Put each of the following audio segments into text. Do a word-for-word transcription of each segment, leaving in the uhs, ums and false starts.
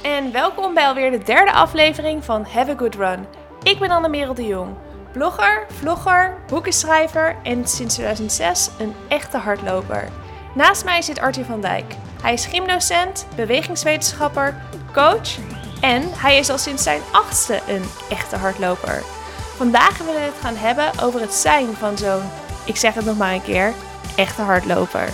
en welkom bij alweer de derde aflevering van Have a Good Run. Ik ben Anne-Merel de Jong, blogger, vlogger, boekenschrijver en sinds tweeduizend zes een echte hardloper. Naast mij zit Arthur van Dijk. Hij is gymdocent, bewegingswetenschapper, coach en hij is al sinds zijn achtste een echte hardloper. Vandaag willen we het gaan hebben over het zijn van zo'n, ik zeg het nog maar een keer, echte hardloper.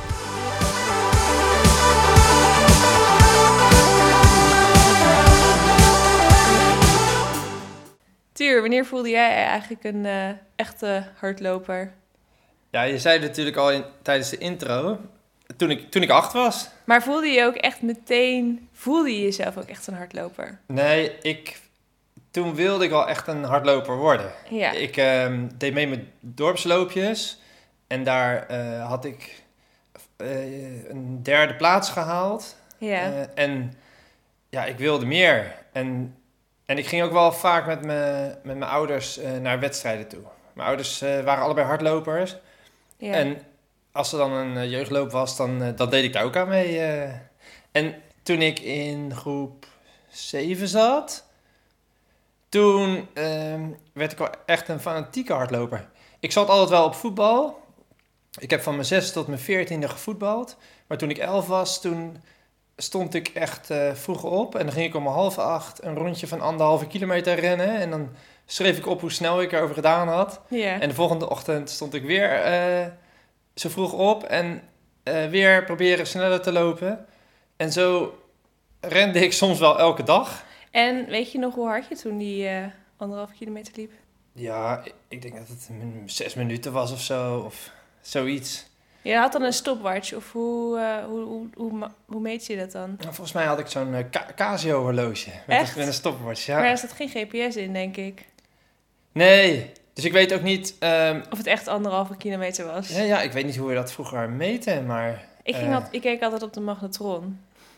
Tuur, wanneer voelde jij eigenlijk een uh, echte hardloper? Ja, je zei het natuurlijk al in, tijdens de intro, toen ik, toen ik acht was. Maar voelde je ook echt meteen, voelde je jezelf ook echt een hardloper? Nee, ik, toen wilde ik al echt een hardloper worden. Ja. Ik uh, deed mee met dorpsloopjes en daar uh, had ik uh, een derde plaats gehaald. Ja. Uh, en ja, ik wilde meer. En, en ik ging ook wel vaak met, me, met mijn ouders uh, naar wedstrijden toe. Mijn ouders uh, waren allebei hardlopers. Ja. En als er dan een uh, jeugdloop was, dan, uh, dan deed ik daar ook aan mee. Uh. En toen ik in groep zeven zat, toen uh, werd ik wel echt een fanatieke hardloper. Ik zat altijd wel op voetbal. Ik heb van mijn zes tot mijn veertiende gevoetbald. Maar toen ik elf was, toen stond ik echt uh, vroeg op. En dan ging ik om half acht een rondje van anderhalve kilometer rennen. En dan schreef ik op hoe snel ik erover gedaan had. Ja. En de volgende ochtend stond ik weer uh, zo vroeg op en uh, weer proberen sneller te lopen. En zo rende ik soms wel elke dag. En weet je nog hoe hard je toen die uh, anderhalve kilometer liep? Ja, ik denk dat het zes minuten was of zo, of zoiets. Je had dan een stopwatch, of hoe, uh, hoe, hoe, hoe, hoe meet je dat dan? Volgens mij had ik zo'n uh, Casio-horloge met, Echt? een, met een stopwatch. Ja. Maar er zat geen G P S in, denk ik. Nee, dus ik weet ook niet... Um, of het echt anderhalve kilometer was. Ja, ja, ik weet niet hoe we dat vroeger meten, maar... Ik, ging uh, al, ik keek altijd op de magnetron.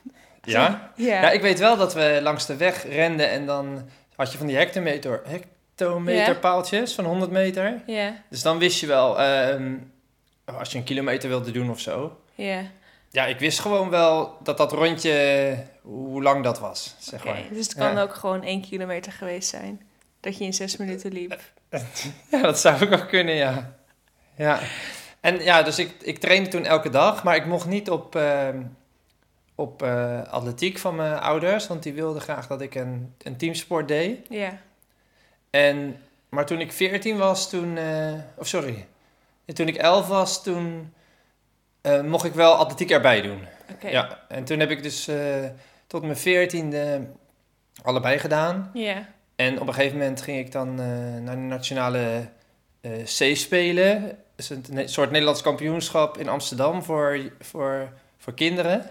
Ja? Ja? Ja, ik weet wel dat we langs de weg renden en dan had je van die hectometer, hectometerpaaltjes van honderd meter. Ja. Dus dan wist je wel, um, als je een kilometer wilde doen of zo. Ja. Ja, ik wist gewoon wel dat dat rondje, hoe lang dat was, zeg okay, maar. Dus het kan ja. ook gewoon één kilometer geweest zijn. Dat je in zes minuten liep. Ja, dat zou ik ook kunnen, ja. Ja. En ja, dus ik, ik trainde toen elke dag, maar ik mocht niet op... Uh, op uh, atletiek van mijn ouders, want die wilden graag dat ik een, een teamsport deed. Ja. En, maar toen ik veertien was, toen... Uh, of sorry. Toen ik elf was, toen uh, mocht ik wel atletiek erbij doen. Okay. Ja, en toen heb ik dus uh, tot mijn veertiende allebei gedaan. Ja. En op een gegeven moment ging ik dan uh, naar de nationale uh, C-spelen. Dat is een, een soort Nederlands kampioenschap in Amsterdam voor, voor, voor kinderen.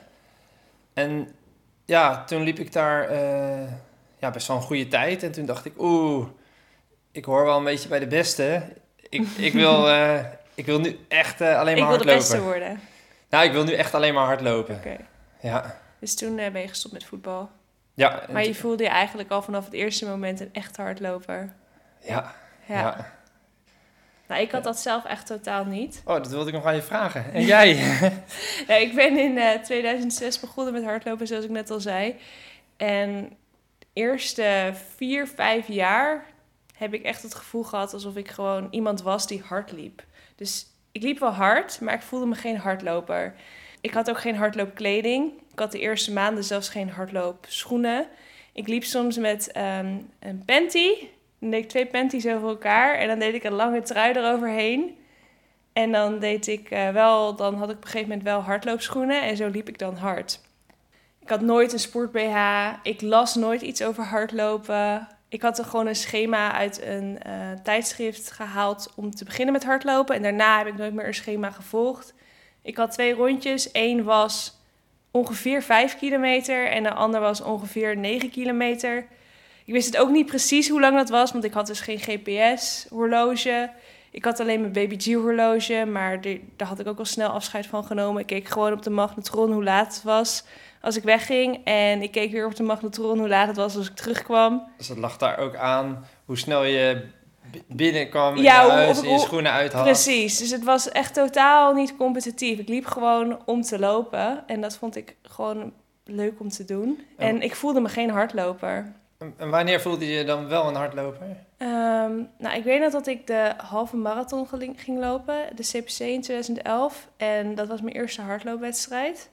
En ja, toen liep ik daar uh, ja, best wel een goede tijd. En toen dacht ik, oeh, ik hoor wel een beetje bij de beste. Ik, ik, wil, uh, ik wil nu echt uh, alleen maar hardlopen. Ik wil de beste worden. Nou, ik wil nu echt alleen maar hardlopen. Oké. Okay. Ja. Dus toen uh, ben je gestopt met voetbal. Ja. Maar je voelde je eigenlijk al vanaf het eerste moment een echt hardloper. Ja. Ja. ja. Nou, ik had dat zelf echt totaal niet. Oh, dat wilde ik nog aan je vragen. En jij? Ja, ik ben in uh, tweeduizend zes begonnen met hardlopen, zoals ik net al zei. En de eerste vier, vijf jaar heb ik echt het gevoel gehad alsof ik gewoon iemand was die hard liep. Dus ik liep wel hard, maar ik voelde me geen hardloper. Ik had ook geen hardloopkleding. Ik had de eerste maanden zelfs geen hardloopschoenen. Ik liep soms met um, een panty. Dan deed ik twee panties over elkaar en dan deed ik een lange trui eroverheen. En dan deed ik uh, wel, dan had ik op een gegeven moment wel hardloopschoenen en zo liep ik dan hard. Ik had nooit een sport-B H, ik las nooit iets over hardlopen. Ik had er gewoon een schema uit een uh, tijdschrift gehaald om te beginnen met hardlopen. En daarna heb ik nooit meer een schema gevolgd. Ik had twee rondjes, Eén was ongeveer vijf kilometer en de ander was ongeveer negen kilometer. Ik wist het ook niet precies hoe lang dat was, want ik had dus geen G P S-horloge. Ik had alleen mijn Baby G-horloge, maar de, daar had ik ook al snel afscheid van genomen. Ik keek gewoon op de magnetron hoe laat het was als ik wegging. En ik keek weer op de magnetron hoe laat het was als ik terugkwam. Dus dat lag daar ook aan hoe snel je binnenkwam in ja, je huis hoe, en je hoe, schoenen uit had. Precies, dus het was echt totaal niet competitief. Ik liep gewoon om te lopen en dat vond ik gewoon leuk om te doen. Oh. En ik voelde me geen hardloper. En, en wanneer voelde je dan wel een hardloper? Um, nou, ik weet nog dat ik de halve marathon ging, ging lopen, de C P C in twintig elf. En dat was mijn eerste hardloopwedstrijd.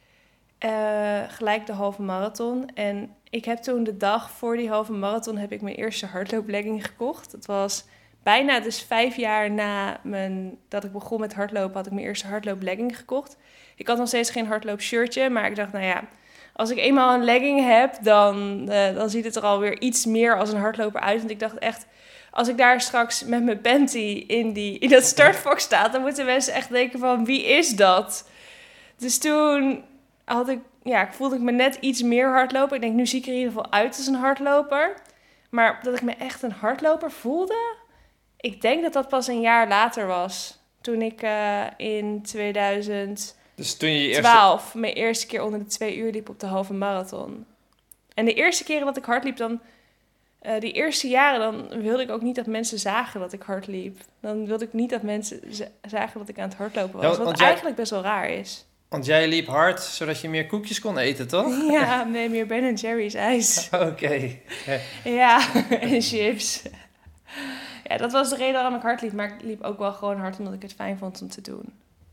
Uh, gelijk de halve marathon. En ik heb toen de dag voor die halve marathon heb ik mijn eerste hardlooplegging gekocht. Dat was bijna dus vijf jaar na mijn, dat ik begon met hardlopen, had ik mijn eerste hardlooplegging gekocht. Ik had nog steeds geen hardloopshirtje, maar ik dacht, nou ja, als ik eenmaal een legging heb, dan, uh, dan ziet het er alweer iets meer als een hardloper uit. Want ik dacht echt, als ik daar straks met mijn panty in, die, in dat startvak sta, dan moeten mensen echt denken van, wie is dat? Dus toen had ik, ja, voelde ik me net iets meer hardloper. Ik denk, nu zie ik er in ieder geval uit als een hardloper. Maar dat ik me echt een hardloper voelde, ik denk dat dat pas een jaar later was. Toen ik uh, in tweeduizend Dus toen je je eerste... twaalf mijn eerste keer onder de twee uur liep op de halve marathon. En de eerste keren dat ik hard liep, dan... Uh, die eerste jaren, dan wilde ik ook niet dat mensen zagen dat ik hard liep. Dan wilde ik niet dat mensen z- zagen dat ik aan het hardlopen was. Ja, wat jij, eigenlijk best wel raar is. Want jij liep hard, zodat je meer koekjes kon eten, toch? Ja, nee, meer Ben en Jerry's ijs. Oké. Okay. Ja, en chips. Ja, dat was de reden waarom ik hard liep. Maar ik liep ook wel gewoon hard omdat ik het fijn vond om te doen.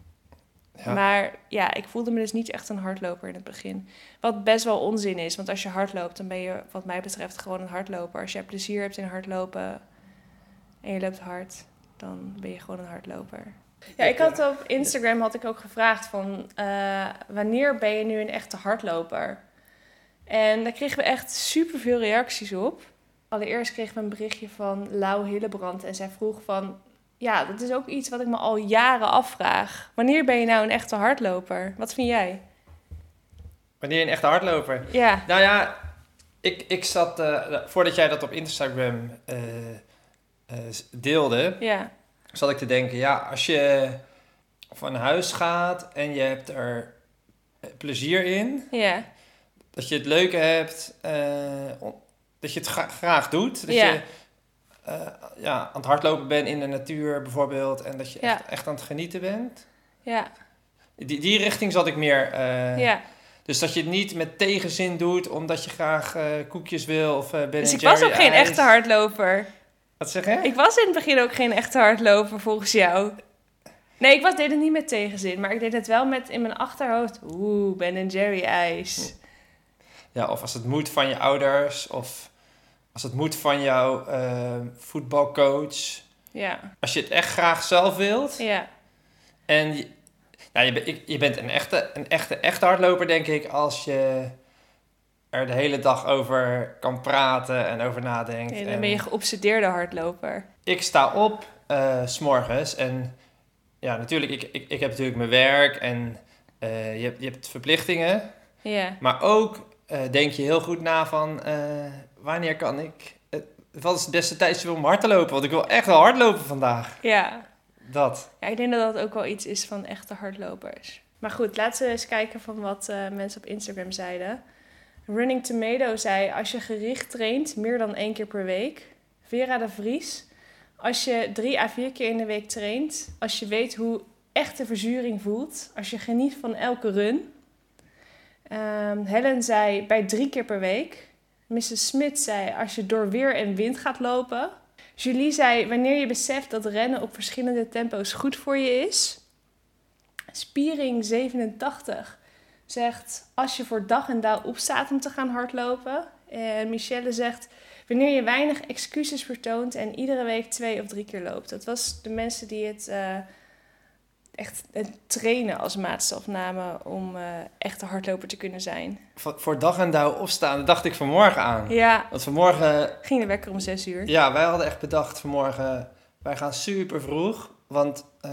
Ja. Maar ja, ik voelde me dus niet echt een hardloper in het begin. Wat best wel onzin is. Want als je hardloopt, dan ben je wat mij betreft gewoon een hardloper. Als je plezier hebt in hardlopen en je loopt hard, dan ben je gewoon een hardloper. Ja, ik had op Instagram had ik ook gevraagd van... Uh, wanneer ben je nu een echte hardloper? En daar kregen we echt superveel reacties op. Allereerst kregen we een berichtje van Lau Hillebrand. En zij vroeg van... Ja, dat is ook iets wat ik me al jaren afvraag. Wanneer ben je nou een echte hardloper? Wat vind jij? Wanneer je een echte hardloper? Ja. Nou ja, ik, ik zat... Uh, voordat jij dat op Instagram uh, uh, deelde... Ja. Zat ik te denken, ja, als je van huis gaat en je hebt er plezier in... Ja. Dat je het leuke hebt... Uh, dat je het gra- graag doet. Dat ja. je... Uh, ja, aan het hardlopen ben in de natuur bijvoorbeeld. En dat je ja. echt, echt aan het genieten bent. Ja. Die, die richting zat ik meer... Uh, ja. Dus dat je het niet met tegenzin doet, omdat je graag uh, koekjes wil of uh, Ben Dus en ik Jerry was ook geen ijs. echte hardloper. Wat zeg je? Ik was in het begin ook geen echte hardloper, volgens jou. Nee, ik was, deed het niet met tegenzin. Maar ik deed het wel met in mijn achterhoofd... Oeh, Ben en Jerry ijs. Ja, of als het moet van je ouders... Of als het moet van jouw uh, voetbalcoach. Ja. Als je het echt graag zelf wilt. Ja. En je, nou, je, je bent een echte, een echte, echte hardloper, denk ik... Als je er de hele dag over kan praten en over nadenkt. Ja, dan ben je geobsedeerde hardloper. Ik sta op uh, 's morgens en... Ja, natuurlijk, ik, ik, ik heb natuurlijk mijn werk en uh, je, hebt, je hebt verplichtingen. Ja. Maar ook uh, denk je heel goed na van uh, wanneer kan ik... Uh, wat is het beste tijdstip om hard te lopen? Want ik wil echt wel hardlopen vandaag. Ja. Dat. Ja, ik denk dat dat ook wel iets is van echte hardlopers. Maar goed, laten we eens kijken van wat uh, mensen op Instagram zeiden. Running Tomato zei, als je gericht traint meer dan één keer per week. Vera de Vries... Als je drie à vier keer in de week traint, als je weet hoe echte verzuring voelt, als je geniet van elke run. Um, Helen zei bij drie keer per week. missus Smit zei als je door weer en wind gaat lopen. Julie zei wanneer je beseft dat rennen op verschillende tempo's goed voor je is. Spiering zevenentachtig zegt als je voor dag en dauw opstaat om te gaan hardlopen. En Michelle zegt... Wanneer je weinig excuses vertoont en iedere week twee of drie keer loopt. Dat was de mensen die het uh, echt het trainen als maatstaf namen om uh, echt een hardloper te kunnen zijn. Voor, voor dag en dauw opstaan, dat dacht ik vanmorgen aan. Ja. Want vanmorgen... Ging de wekker om zes uur. Ja, wij hadden echt bedacht vanmorgen, wij gaan super vroeg. Want uh,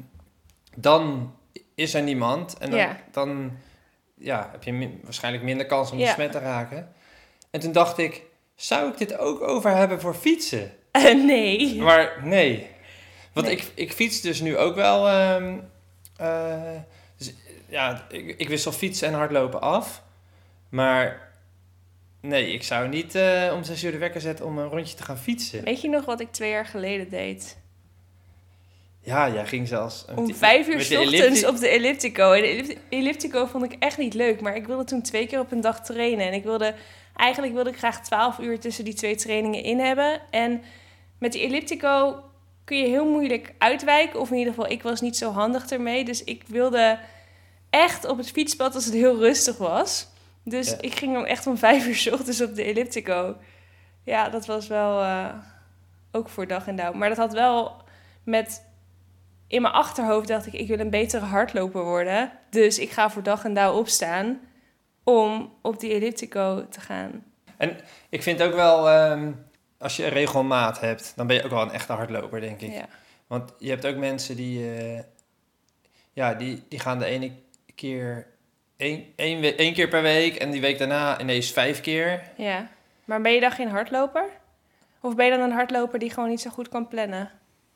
dan is er niemand en dan, ja. dan ja, heb je min, waarschijnlijk minder kans om ja. besmet te raken. En toen dacht ik... Zou ik dit ook over hebben voor fietsen? Uh, nee. Maar nee. Want nee. Ik, ik fiets dus nu ook wel... Um, uh, dus, ja, ik, ik wissel fietsen en hardlopen af. Maar nee, ik zou niet uh, om zes uur de wekker zetten om een rondje te gaan fietsen. Weet je nog wat ik twee jaar geleden deed? Ja, jij ging zelfs... Om vijf uur met 's de ochtends ellipti- op de elliptico. En de ellipti- elliptico vond ik echt niet leuk. Maar ik wilde toen twee keer op een dag trainen. En ik wilde... Eigenlijk wilde ik graag twaalf uur tussen die twee trainingen in hebben. En met die elliptico kun je heel moeilijk uitwijken. Of in ieder geval, ik was niet zo handig ermee. Dus ik wilde echt op het fietspad als het heel rustig was. Dus Ja. ik ging dan echt om vijf uur 's ochtends op de elliptico. Ja, dat was wel uh, ook voor dag en dauw. Maar dat had wel met... In mijn achterhoofd dacht ik, ik wil een betere hardloper worden. Dus ik ga voor dag en dauw opstaan om op die elliptico te gaan. En ik vind ook wel, um, als je een regelmaat hebt, dan ben je ook wel een echte hardloper, denk ik. Ja. Want je hebt ook mensen die, uh, ja, die, die gaan de ene keer één, één, we- één keer per week en die week daarna ineens vijf keer. Ja. Maar ben je dan geen hardloper? Of ben je dan een hardloper die gewoon niet zo goed kan plannen?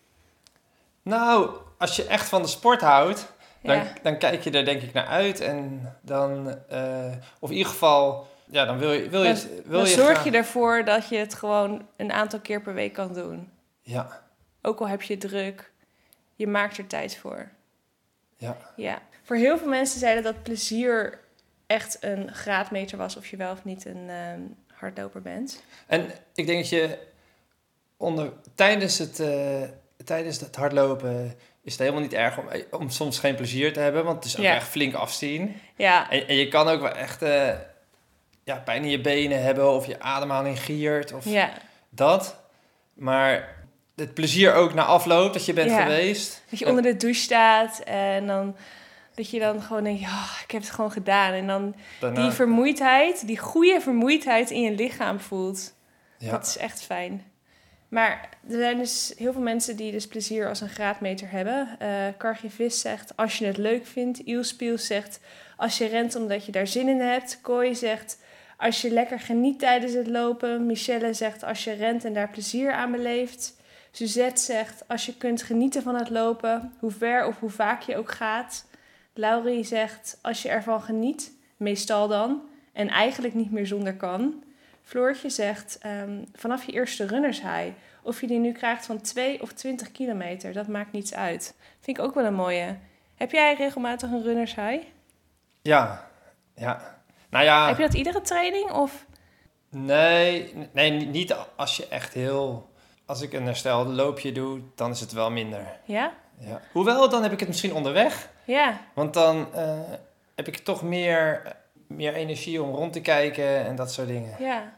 Nou, als je echt van de sport houdt, dan, Ja. dan kijk je er denk ik naar uit. En dan, uh, of in ieder geval, ja, dan wil je, wil je, Dan, het- wil dan je zorg graag- je ervoor dat je het gewoon een aantal keer per week kan doen. Ja, Ook al heb je druk, je maakt er tijd voor. ja. Ja. Voor heel veel mensen zeiden dat plezier echt een graadmeter was of je wel of niet een um, hardloper bent. En ik denk dat je onder, tijdens, het, uh, tijdens het hardlopen is het helemaal niet erg om, om soms geen plezier te hebben, want het is ook Ja. echt flink afzien. Ja, En, en je kan ook wel echt uh, ja, pijn in je benen hebben of je ademhaling giert of ja. dat. Maar het plezier ook na afloop dat je bent Ja. geweest. Dat je onder de douche staat en dan dat je dan gewoon denkt, ja, ik heb het gewoon gedaan. En dan Daarna, die vermoeidheid, die goede vermoeidheid in je lichaam voelt. ja. Dat is echt fijn. Maar er zijn dus heel veel mensen die dus plezier als een graadmeter hebben. Uh, Cargie Vis zegt, als je het leuk vindt. Ilspiel zegt, als je rent omdat je daar zin in hebt. Kooi zegt, als je lekker geniet tijdens het lopen. Michelle zegt, als je rent en daar plezier aan beleeft. Suzette zegt, als je kunt genieten van het lopen, hoe ver of hoe vaak je ook gaat. Laurie zegt, als je ervan geniet, meestal dan, en eigenlijk niet meer zonder kan. Floortje zegt, um, vanaf je eerste runners high, of je die nu krijgt van twee of twintig kilometer, dat maakt niets uit. Vind ik ook wel een mooie. Heb jij regelmatig een runners high? Ja, ja. Nou ja, Heb je dat iedere training? Of? nee, nee, niet als je echt heel... Als ik een herstelde loopje doe, dan is het wel minder. Ja? Ja. Hoewel, dan heb ik het misschien onderweg. Ja. Want dan uh, heb ik toch meer, meer energie om rond te kijken en dat soort dingen. Ja.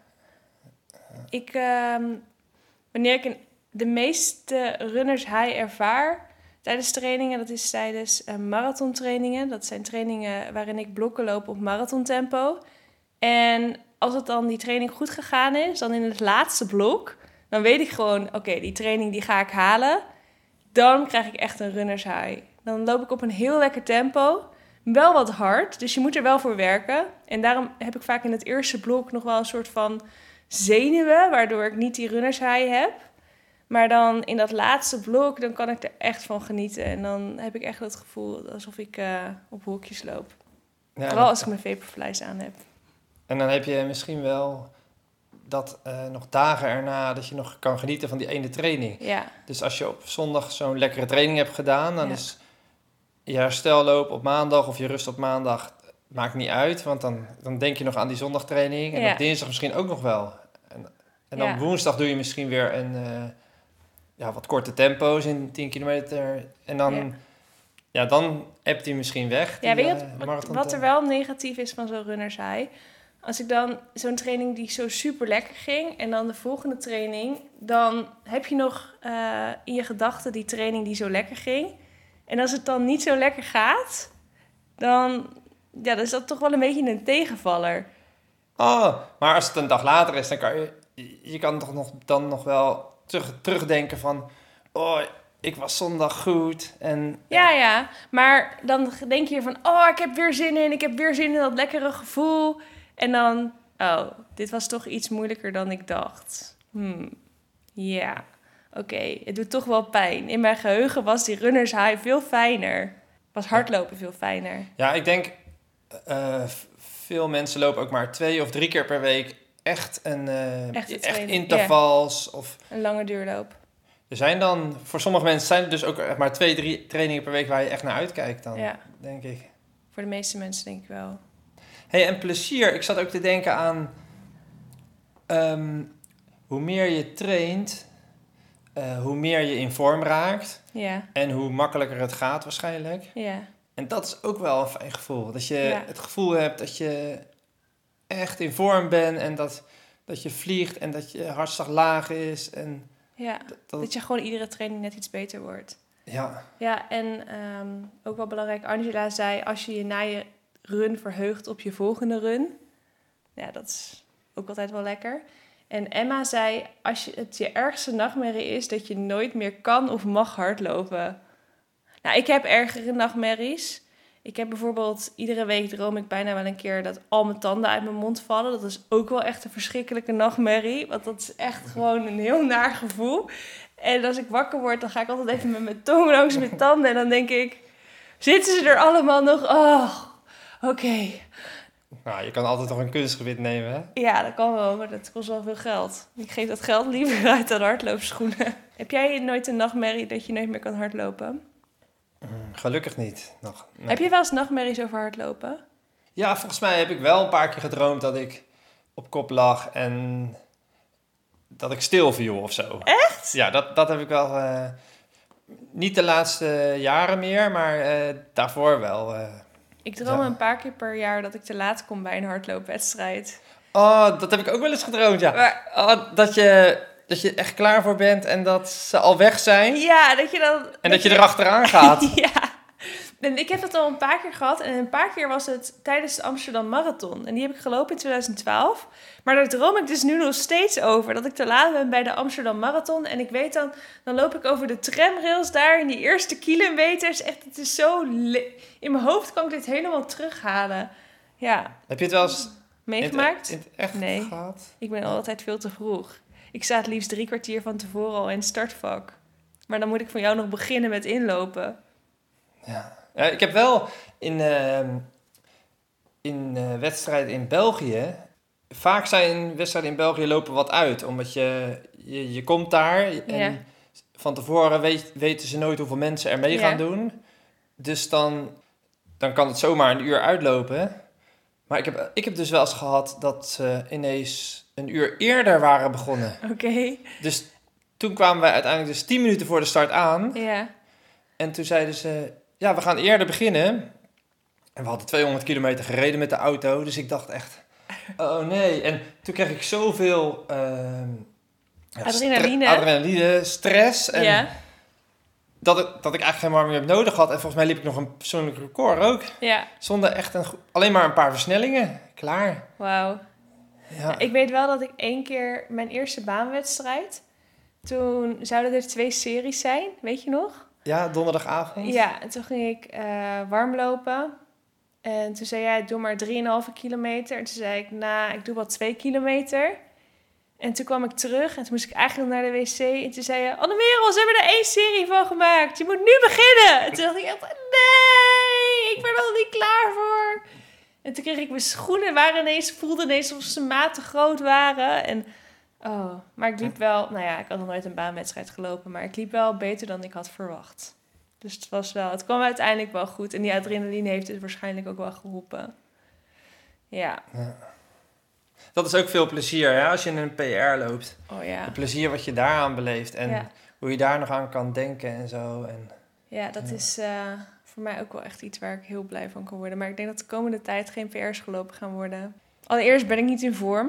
Ik, um, wanneer ik een, de meeste runners high ervaar tijdens trainingen, dat is tijdens uh, marathontrainingen. Dat zijn trainingen waarin ik blokken loop op marathontempo. En als het dan die training goed gegaan is, dan in het laatste blok, dan weet ik gewoon, oké, okay, die training die ga ik halen. Dan krijg ik echt een runners high. Dan loop ik op een heel lekker tempo. Wel wat hard, dus je moet er wel voor werken. En daarom heb ik vaak in het eerste blok nog wel een soort van zenuwen, waardoor ik niet die runners high heb. Maar dan in dat laatste blok, dan kan ik er echt van genieten. En dan heb ik echt het gevoel alsof ik uh, op wolkjes loop. Ja, Vooral als ik mijn Vaporflies aan heb. En dan heb je misschien wel dat uh, nog dagen erna dat je nog kan genieten van die ene training. Ja. Dus als je op zondag zo'n lekkere training hebt gedaan, dan ja. is je herstelloop op maandag of je rust op maandag, maakt niet uit. Want dan, dan denk je nog aan die zondagtraining. En ja. op dinsdag misschien ook nog wel. En, en dan ja. woensdag doe je misschien weer een uh, ja, wat korte tempo's in tien kilometer. En dan, ja. Ja, dan hebt hij misschien weg. Ja, die, weet je uh, wat, wat er wel negatief is van zo'n runners high? Als ik dan zo'n training die zo super lekker ging en dan de volgende training, dan heb je nog uh, in je gedachten die training die zo lekker ging. En als het dan niet zo lekker gaat, dan, ja, dan is dat toch wel een beetje een tegenvaller. Oh, maar als het een dag later is, dan kan je, je kan toch nog, dan nog wel terug, terugdenken van, oh, ik was zondag goed. En, ja, ja, maar dan denk je van, oh, ik heb weer zin in, ik heb weer zin in dat lekkere gevoel. En dan, oh, dit was toch iets moeilijker dan ik dacht. Hmm, ja, oké, okay. Het doet toch wel pijn. In mijn geheugen was die runners high veel fijner. Was hardlopen veel fijner. Ja, ik denk, uh, veel mensen lopen ook maar twee of drie keer per week echt een uh, echt intervals. Yeah. Of, een lange duurloop. Er zijn dan, voor sommige mensen zijn er dus ook echt maar twee, drie trainingen per week waar je echt naar uitkijkt dan, Ja. denk ik. Voor de meeste mensen denk ik wel. Hey, en plezier. Ik zat ook te denken aan um, hoe meer je traint, uh, hoe meer je in vorm raakt. Ja. En hoe makkelijker het gaat waarschijnlijk. Ja. En dat is ook wel een fijn gevoel. Dat je Ja. het gevoel hebt dat je echt in vorm bent en dat, dat je vliegt en dat je hartslag laag is. En Ja, dat, dat, dat je gewoon iedere training net iets beter wordt. ja. Ja, en um, ook wel belangrijk, Angela zei, als je je na je run verheugt op je volgende run. Ja, dat is ook altijd wel lekker. En Emma zei, als je, het je ergste nachtmerrie is dat je nooit meer kan of mag hardlopen. Nou, ik heb ergere nachtmerries. Ik heb bijvoorbeeld, iedere week droom ik bijna wel een keer dat al mijn tanden uit mijn mond vallen. Dat is ook wel echt een verschrikkelijke nachtmerrie. Want dat is echt gewoon een heel naar gevoel. En als ik wakker word, dan ga ik altijd even met mijn tong langs mijn tanden. En dan denk ik, zitten ze er allemaal nog? Oh, oké. Okay. Nou, je kan altijd nog een kunstgebied nemen, hè? Ja, dat kan wel, maar dat kost wel veel geld. Ik geef dat geld liever uit dan hardloopschoenen. Heb jij nooit een nachtmerrie dat je nooit meer kan hardlopen? Gelukkig niet. Nog, nee. Heb je wel eens nachtmerries over hardlopen? Ja, volgens mij heb ik wel een paar keer gedroomd dat ik op kop lag en dat ik stil viel of zo. Echt? Ja, dat, dat heb ik wel... Uh, niet de laatste jaren meer, maar uh, daarvoor wel. Uh, ik droom ja. een paar keer per jaar dat ik te laat kom bij een hardloopwedstrijd. Oh, dat heb ik ook wel eens gedroomd, ja. Maar, oh, dat je... Dat je echt klaar voor bent en dat ze al weg zijn. Ja, dat je dan... En dat, dat je, je erachteraan gaat. Ja. En ik heb dat al een paar keer gehad. En een paar keer was het tijdens de Amsterdam Marathon. En die heb ik gelopen in twintig twaalf. Maar daar droom ik dus nu nog steeds over. Dat ik te laat ben bij de Amsterdam Marathon. En ik weet dan... Dan loop ik over de tramrails daar in die eerste kilometers. Echt, het is zo... Le- in mijn hoofd kan ik dit helemaal terughalen. Ja. Heb je het wel eens... Meegemaakt? In het, in het echt nee. gehad? Ik ben altijd veel te vroeg. Ik sta het liefst drie kwartier van tevoren al in het startvak. Maar dan moet ik van jou nog beginnen met inlopen. Ja, ja ik heb wel in, uh, in uh, wedstrijden in België... Vaak zijn wedstrijden in België lopen wat uit. Omdat je, je, je komt daar en ja. van tevoren weet, weten ze nooit hoeveel mensen er mee gaan ja. doen. Dus dan, dan kan het zomaar een uur uitlopen. Maar ik heb, ik heb dus wel eens gehad dat ze ineens een uur eerder waren begonnen. Oké. Okay. Dus toen kwamen wij uiteindelijk dus tien minuten voor de start aan. Ja. En toen zeiden ze, ja, we gaan eerder beginnen. En we hadden tweehonderd kilometer gereden met de auto. Dus ik dacht echt, oh nee. En toen kreeg ik zoveel... Uh, adrenaline. Stre- adrenaline, stress. En ja. dat, ik, dat ik eigenlijk geen warming up nodig had. En volgens mij liep ik nog een persoonlijk record ook. Ja. Zonder echt een, alleen maar een paar versnellingen. Klaar. Wauw. Ja. Ik weet wel dat ik één keer mijn eerste baanwedstrijd... Toen zouden er twee series zijn, weet je nog? Ja, donderdagavond. Ja, en toen ging ik uh, warmlopen. En toen zei jij, doe maar drieënhalve kilometer. En toen zei ik, nou, ik doe wel twee kilometer. En toen kwam ik terug en toen moest ik eigenlijk naar de wc. En toen zei je, Anne-Merel, ze hebben er één serie van gemaakt. Je moet nu beginnen. En toen dacht ik echt, nee, ik ben er nog niet klaar voor. En toen kreeg ik mijn schoenen, waren ineens, voelde ineens alsof ze maten groot waren. En, oh, maar ik liep wel, nou ja, ik had nog nooit een baanwedstrijd gelopen. Maar ik liep wel beter dan ik had verwacht. Dus het was wel, het kwam uiteindelijk wel goed. En die adrenaline heeft het waarschijnlijk ook wel geholpen. Ja. ja. Dat is ook veel plezier, hè? Als je in een P R loopt. Oh ja. Het plezier wat je daaraan beleeft. En ja. hoe je daar nog aan kan denken en zo. En, ja, dat ja. is uh, voor mij ook wel echt iets waar ik heel blij van kan worden. Maar ik denk dat de komende tijd geen P R's gelopen gaan worden. Allereerst ben ik niet in vorm.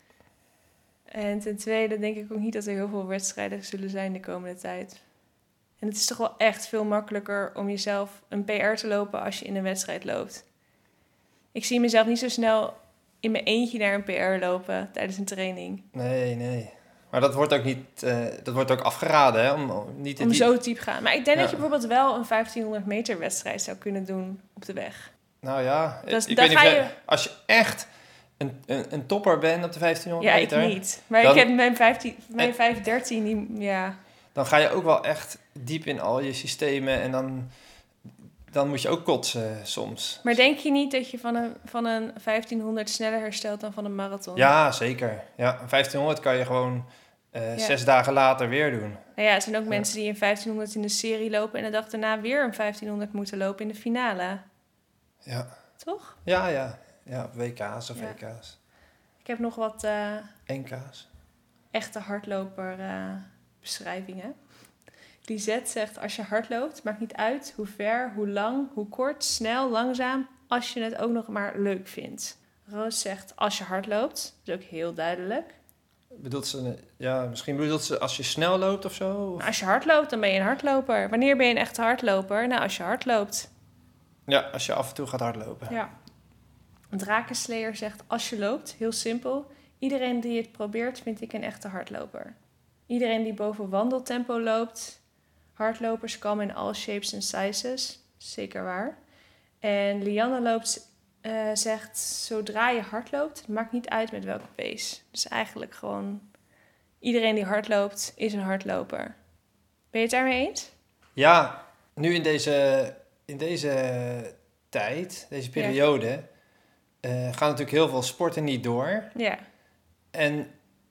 En ten tweede denk ik ook niet dat er heel veel wedstrijden zullen zijn de komende tijd. En het is toch wel echt veel makkelijker om jezelf een P R te lopen als je in een wedstrijd loopt. Ik zie mezelf niet zo snel in mijn eentje naar een P R lopen tijdens een training. Nee, nee. Maar dat wordt ook niet, uh, dat wordt ook afgeraden, hè? Om, om, niet om diep... zo diep gaan. Maar ik denk ja. dat je bijvoorbeeld wel een vijftienhonderd meter wedstrijd zou kunnen doen op de weg. Nou ja, dus, ik weet weet niet, je... je... als je echt een, een, een topper bent op de vijftienhonderd ja, meter... Ja, ik niet. Maar dan... ik heb mijn, vijftien, mijn vijf dertien, die, ja... Dan ga je ook wel echt diep in al je systemen en dan, dan moet je ook kotsen soms. Maar denk je niet dat je van een, van een vijftienhonderd sneller herstelt dan van een marathon? Ja, zeker. Ja, een vijftienhonderd kan je gewoon uh, Ja. zes dagen later weer doen. Nou ja, er zijn ook Ja. mensen die een vijftienhonderd in de serie lopen en de dag daarna weer een vijftienhonderd moeten lopen in de finale. Ja, Toch? ja, ja. Ja, op W K's of Ja. E K's. Ik heb nog wat uh, N K's. echte hardloper uh, beschrijvingen. Lisette zegt, als je hardloopt, maakt niet uit hoe ver, hoe lang, hoe kort, snel, langzaam, als je het ook nog maar leuk vindt. Roos zegt, als je hardloopt, dat is ook heel duidelijk. Bedoelt ze, ja, misschien bedoelt ze als je snel loopt of zo? Of? Maar als je hardloopt, dan ben je een hardloper. Wanneer ben je een echte hardloper? Nou, als je hardloopt. Ja, als je af en toe gaat hardlopen. Ja. Drakensleer zegt, als je loopt, heel simpel. Iedereen die het probeert, vind ik een echte hardloper. Iedereen die boven wandeltempo loopt. Hardlopers komen in all shapes and sizes. Zeker waar. En Lianne loopt, uh, zegt, zodra je hard loopt, het maakt niet uit met welke pace. Dus eigenlijk gewoon, iedereen die hard loopt, is een hardloper. Ben je het daarmee eens? Ja, nu in deze, in deze tijd, deze periode, ja. uh, gaan natuurlijk heel veel sporten niet door. Ja. En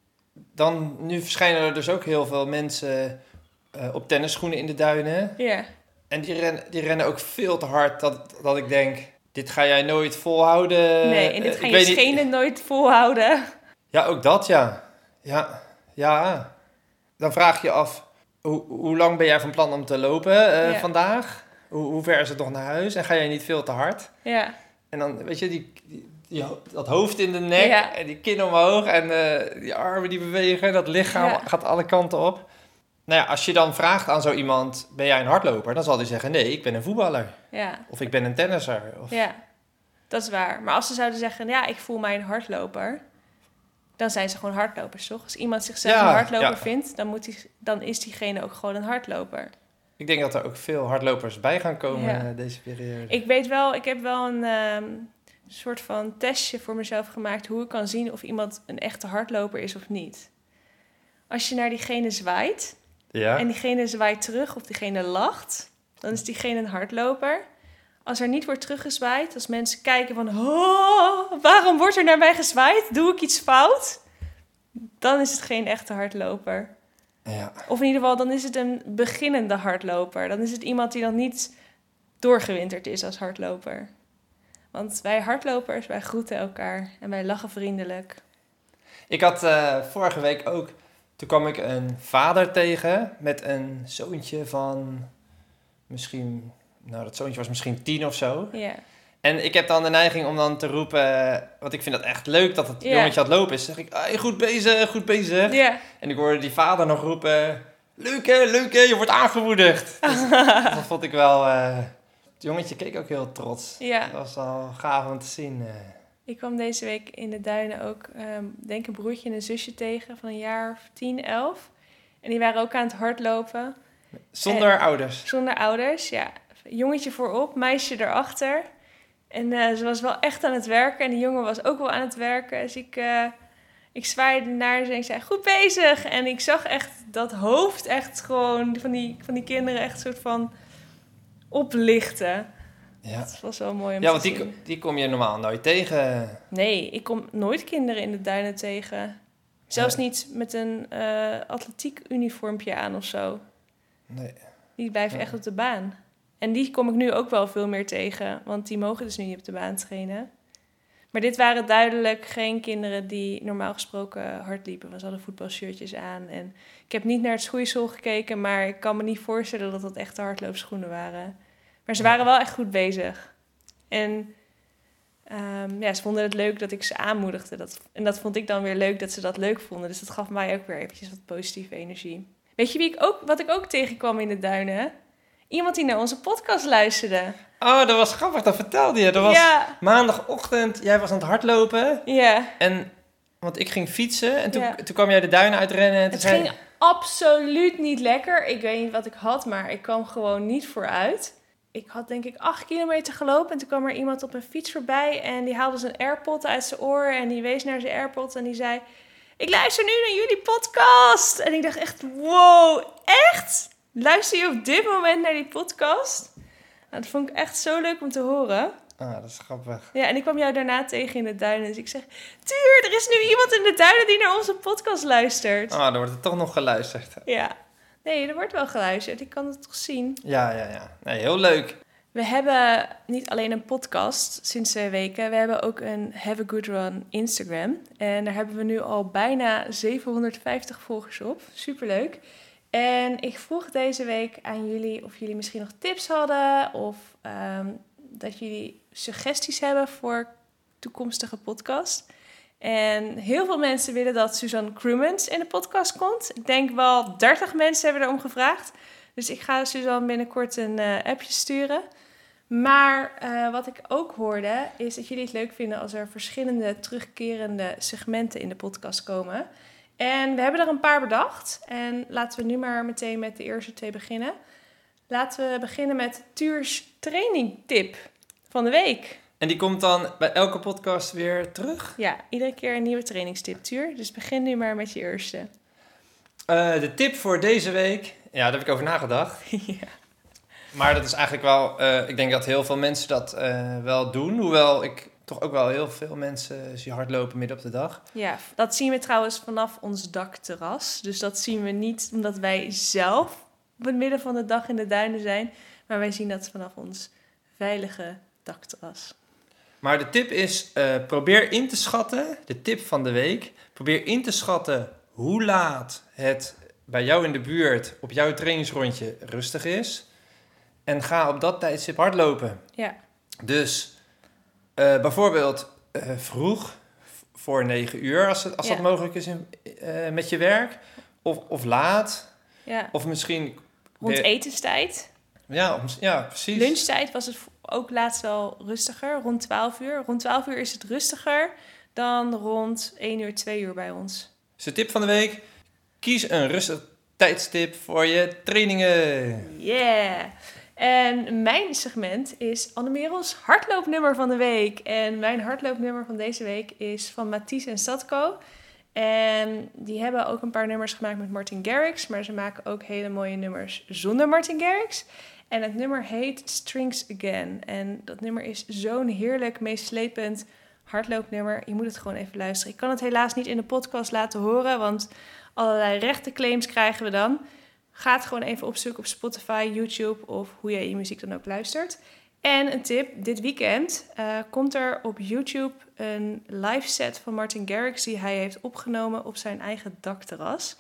dan, nu verschijnen er dus ook heel veel mensen uh, op tennisschoenen in de duinen. Ja. En die rennen, die rennen ook veel te hard dat, dat ik denk, dit ga jij nooit volhouden. Nee, en dit uh, ga je schenen niet... nooit volhouden. Ja, ook dat, ja. Ja, ja. Dan vraag je af, hoe, hoe lang ben jij van plan om te lopen uh, ja. vandaag? Hoe, hoe ver is het nog naar huis? En ga jij niet veel te hard? Ja. En dan, weet je, die, die, die, dat hoofd in de nek ja. en die kin omhoog en uh, die armen die bewegen, dat lichaam ja. gaat alle kanten op. Nou ja, als je dan vraagt aan zo iemand, ben jij een hardloper? Dan zal hij zeggen, nee, ik ben een voetballer. Ja. Of ik ben een tennisser. Of... Ja, dat is waar. Maar als ze zouden zeggen, ja, ik voel mij een hardloper, dan zijn ze gewoon hardlopers, toch? Als iemand zichzelf ja, een hardloper ja. vindt, dan, moet die, dan is diegene ook gewoon een hardloper. Ik denk dat er ook veel hardlopers bij gaan komen ja. deze periode. Ik weet wel, ik heb wel een um, soort van testje voor mezelf gemaakt hoe ik kan zien of iemand een echte hardloper is of niet. Als je naar diegene zwaait ja. en diegene zwaait terug of diegene lacht, dan is diegene een hardloper. Als er niet wordt teruggezwaaid, als mensen kijken van, oh, waarom wordt er naar mij gezwaaid? Doe ik iets fout? Dan is het geen echte hardloper. Ja. Of in ieder geval, dan is het een beginnende hardloper. Dan is het iemand die nog niet doorgewinterd is als hardloper. Want wij hardlopers, wij groeten elkaar en wij lachen vriendelijk. Ik had uh, vorige week ook, toen kwam ik een vader tegen met een zoontje van misschien, nou dat zoontje was misschien tien of zo. Ja. En ik heb dan de neiging om dan te roepen, want ik vind dat echt leuk dat het ja. jongetje aan het lopen is. Dan zeg ik, hey, goed bezig, goed bezig. Ja. En ik hoorde die vader nog roepen, leuk hè, leuk hè, je wordt aangemoedigd. Dus, dat vond ik wel, uh, het jongetje keek ook heel trots. Ja. Dat was al gaaf om te zien. Uh. Ik kwam deze week in de duinen ook, um, denk een broertje en een zusje tegen van een jaar of tien, elf. En die waren ook aan het hardlopen. Zonder en, ouders? Zonder ouders, ja. Jongetje voorop, meisje erachter. En uh, ze was wel echt aan het werken. En die jongen was ook wel aan het werken. Dus ik, uh, ik zwaaide naar ze en ik zei, goed bezig. En ik zag echt dat hoofd echt gewoon van die, van die kinderen echt soort van oplichten. Ja. Dat was wel mooi om ja, te zien. Ja, want die, die kom je normaal nooit tegen. Nee, ik kom nooit kinderen in de duinen tegen. Zelfs nee. niet met een uh, atletiek uniformpje aan of zo. Nee. Die blijven ja. echt op de baan. En die kom ik nu ook wel veel meer tegen. Want die mogen dus nu niet op de baan trainen. Maar dit waren duidelijk geen kinderen die normaal gesproken hard liepen. Want ze hadden voetbalshirtjes aan. En ik heb niet naar het schoeisel gekeken. Maar ik kan me niet voorstellen dat dat echte hardloopschoenen waren. Maar ze waren wel echt goed bezig. En um, ja, ze vonden het leuk dat ik ze aanmoedigde. Dat, en dat vond ik dan weer leuk dat ze dat leuk vonden. Dus dat gaf mij ook weer eventjes wat positieve energie. Weet je wie ik ook, wat ik ook tegenkwam in de duinen? Iemand die naar onze podcast luisterde. Oh, dat was grappig, dat vertelde je. Dat was ja. maandagochtend, jij was aan het hardlopen. Ja. En, want ik ging fietsen en toen, ja. toen kwam jij de duinen uitrennen. En het toen ging zei... absoluut niet lekker. Ik weet niet wat ik had, maar ik kwam gewoon niet vooruit. Ik had denk ik acht kilometer gelopen en toen kwam er iemand op een fiets voorbij. En die haalde zijn AirPod uit zijn oor en die wees naar zijn AirPod en die zei... Ik luister nu naar jullie podcast. En ik dacht echt, wow, echt? Luister je op dit moment naar die podcast? Nou, dat vond ik echt zo leuk om te horen. Ah, dat is grappig. Ja, en ik kwam jou daarna tegen in de duinen. Dus ik zeg, Tuur, er is nu iemand in de duinen die naar onze podcast luistert. Ah, dan wordt er toch nog geluisterd. Ja. Nee, er wordt wel geluisterd. Ik kan het toch zien. Ja, ja, ja. Nee, heel leuk. We hebben niet alleen een podcast sinds twee weken. We hebben ook een Have a Good Run Instagram. En daar hebben we nu al bijna zevenhonderdvijftig volgers op. Superleuk. En ik vroeg deze week aan jullie of jullie misschien nog tips hadden. Of um, dat jullie suggesties hebben voor toekomstige podcast. En heel veel mensen willen dat Suzanne Crumens in de podcast komt. Ik denk wel dertig mensen hebben erom gevraagd. Dus ik ga Suzanne binnenkort een uh, appje sturen. Maar uh, wat ik ook hoorde, is dat jullie het leuk vinden als er verschillende terugkerende segmenten in de podcast komen. En we hebben er een paar bedacht. En laten we nu maar meteen met de eerste twee beginnen. Laten we beginnen met Tuurs trainingtip van de week. En die komt dan bij elke podcast weer terug? Ja, iedere keer een nieuwe trainingstip, Tuur. Dus begin nu maar met je eerste. Uh, de tip voor deze week, ja, daar heb ik over nagedacht. Ja. Maar dat is eigenlijk wel, uh, ik denk dat heel veel mensen dat uh, wel doen. Hoewel ik toch ook wel heel veel mensen zie hardlopen midden op de dag. Ja, dat zien we trouwens vanaf ons dakterras. Dus dat zien we niet omdat wij zelf op het midden van de dag in de duinen zijn. Maar wij zien dat vanaf ons veilige dakterras. Maar de tip is, uh, probeer in te schatten, de tip van de week. Probeer in te schatten hoe laat het bij jou in de buurt op jouw trainingsrondje rustig is. En ga op dat tijdstip hardlopen. Ja. Dus uh, bijvoorbeeld uh, vroeg, voor negen uur, als, het, als ja. dat mogelijk is in, uh, met je werk. Of, of laat. Ja. Of misschien... Rond de, etenstijd. Ja, of, ja, precies. Lunchtijd was het ook laatst wel rustiger, rond twaalf uur. Rond twaalf uur is het rustiger dan rond één uur, twee uur bij ons. Dus de tip van de week, kies een rustig tijdstip voor je trainingen. Yeah! En mijn segment is Annemerels hardloopnummer van de week. En mijn hardloopnummer van deze week is van Mathies en Sadko. En die hebben ook een paar nummers gemaakt met Martin Garrix. Maar ze maken ook hele mooie nummers zonder Martin Garrix. En het nummer heet Strings Again. En dat nummer is zo'n heerlijk, meeslepend hardloopnummer. Je moet het gewoon even luisteren. Ik kan het helaas niet in de podcast laten horen, want allerlei rechterclaims krijgen we dan. Ga het gewoon even opzoeken op Spotify, YouTube of hoe jij je muziek dan ook luistert. En een tip, dit weekend uh, komt er op YouTube een live set van Martin Garrix die hij heeft opgenomen op zijn eigen dakterras.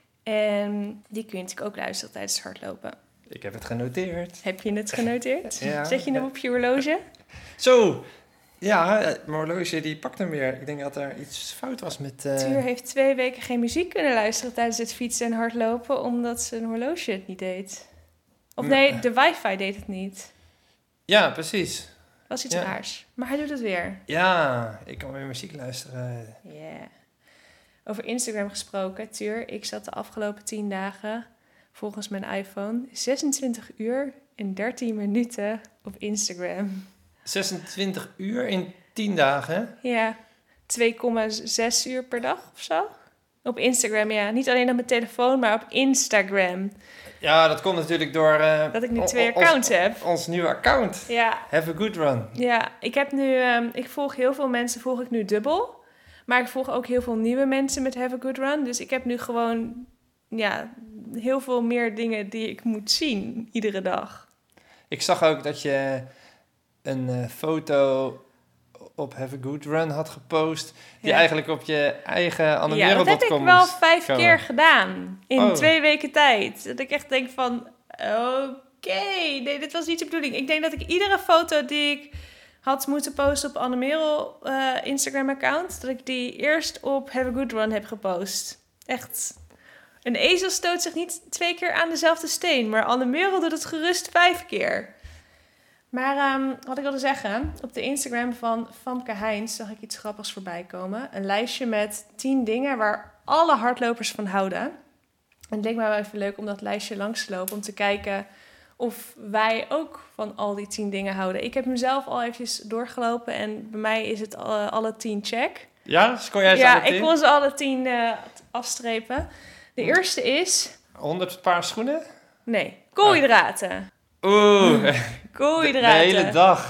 En die kun je natuurlijk ook luisteren tijdens het hardlopen. Ik heb het genoteerd. Heb je het genoteerd? Ja. Zet je hem op je horloge? Zo, ja, mijn horloge die pakt hem weer. Ik denk dat er iets fout was met... Uh... Tuur heeft twee weken geen muziek kunnen luisteren tijdens het fietsen en hardlopen, omdat zijn horloge het niet deed. Of nee, de wifi deed het niet. Ja, precies. Dat was iets ja. raars. Maar hij doet het weer. Ja, ik kan weer muziek luisteren. Ja. Yeah. Over Instagram gesproken, Tuur. Ik zat de afgelopen tien dagen, volgens mijn iPhone, zesentwintig uur en dertien minuten op Instagram. zesentwintig uur in tien dagen? Ja, twee komma zes uur per dag of zo. Op Instagram, ja. Niet alleen op mijn telefoon, maar op Instagram. Ja, dat komt natuurlijk door... Uh, dat ik nu twee accounts ons, heb. Ons nieuwe account. Ja. Have a good run. Ja, ik heb nu... Um, ik volg heel veel mensen, volg ik nu dubbel. Maar ik volg ook heel veel nieuwe mensen met Have a good run. Dus ik heb nu gewoon... Ja, heel veel meer dingen die ik moet zien iedere dag. Ik zag ook dat je een uh, foto op Have a Good Run had gepost, die ja. eigenlijk op je eigen annemerel punt com Ja, dat heb ik wel vijf komen. keer gedaan in oh. twee weken tijd. Dat ik echt denk van, oké, okay, nee, dit was niet de bedoeling. Ik denk dat ik iedere foto die ik had moeten posten op Annemerel uh, Instagram-account, dat ik die eerst op Have a Good Run heb gepost. Echt... Een ezel stoot zich niet twee keer aan dezelfde steen, maar Annemerel doet het gerust vijf keer. Maar um, wat ik wilde zeggen, op de Instagram van Famke Heijns zag ik iets grappigs voorbij komen. Een lijstje met tien dingen waar alle hardlopers van houden. En het leek mij wel even leuk om dat lijstje langs te lopen, om te kijken of wij ook van al die tien dingen houden. Ik heb mezelf al eventjes doorgelopen en bij mij is het alle, alle tien check. Ja, dus kon jij ze ja, alle tien? ik kon ze alle tien uh, afstrepen. De eerste is... honderd paar schoenen? Nee, koolhydraten. Oeh. Koolhydraten. De, de hele dag.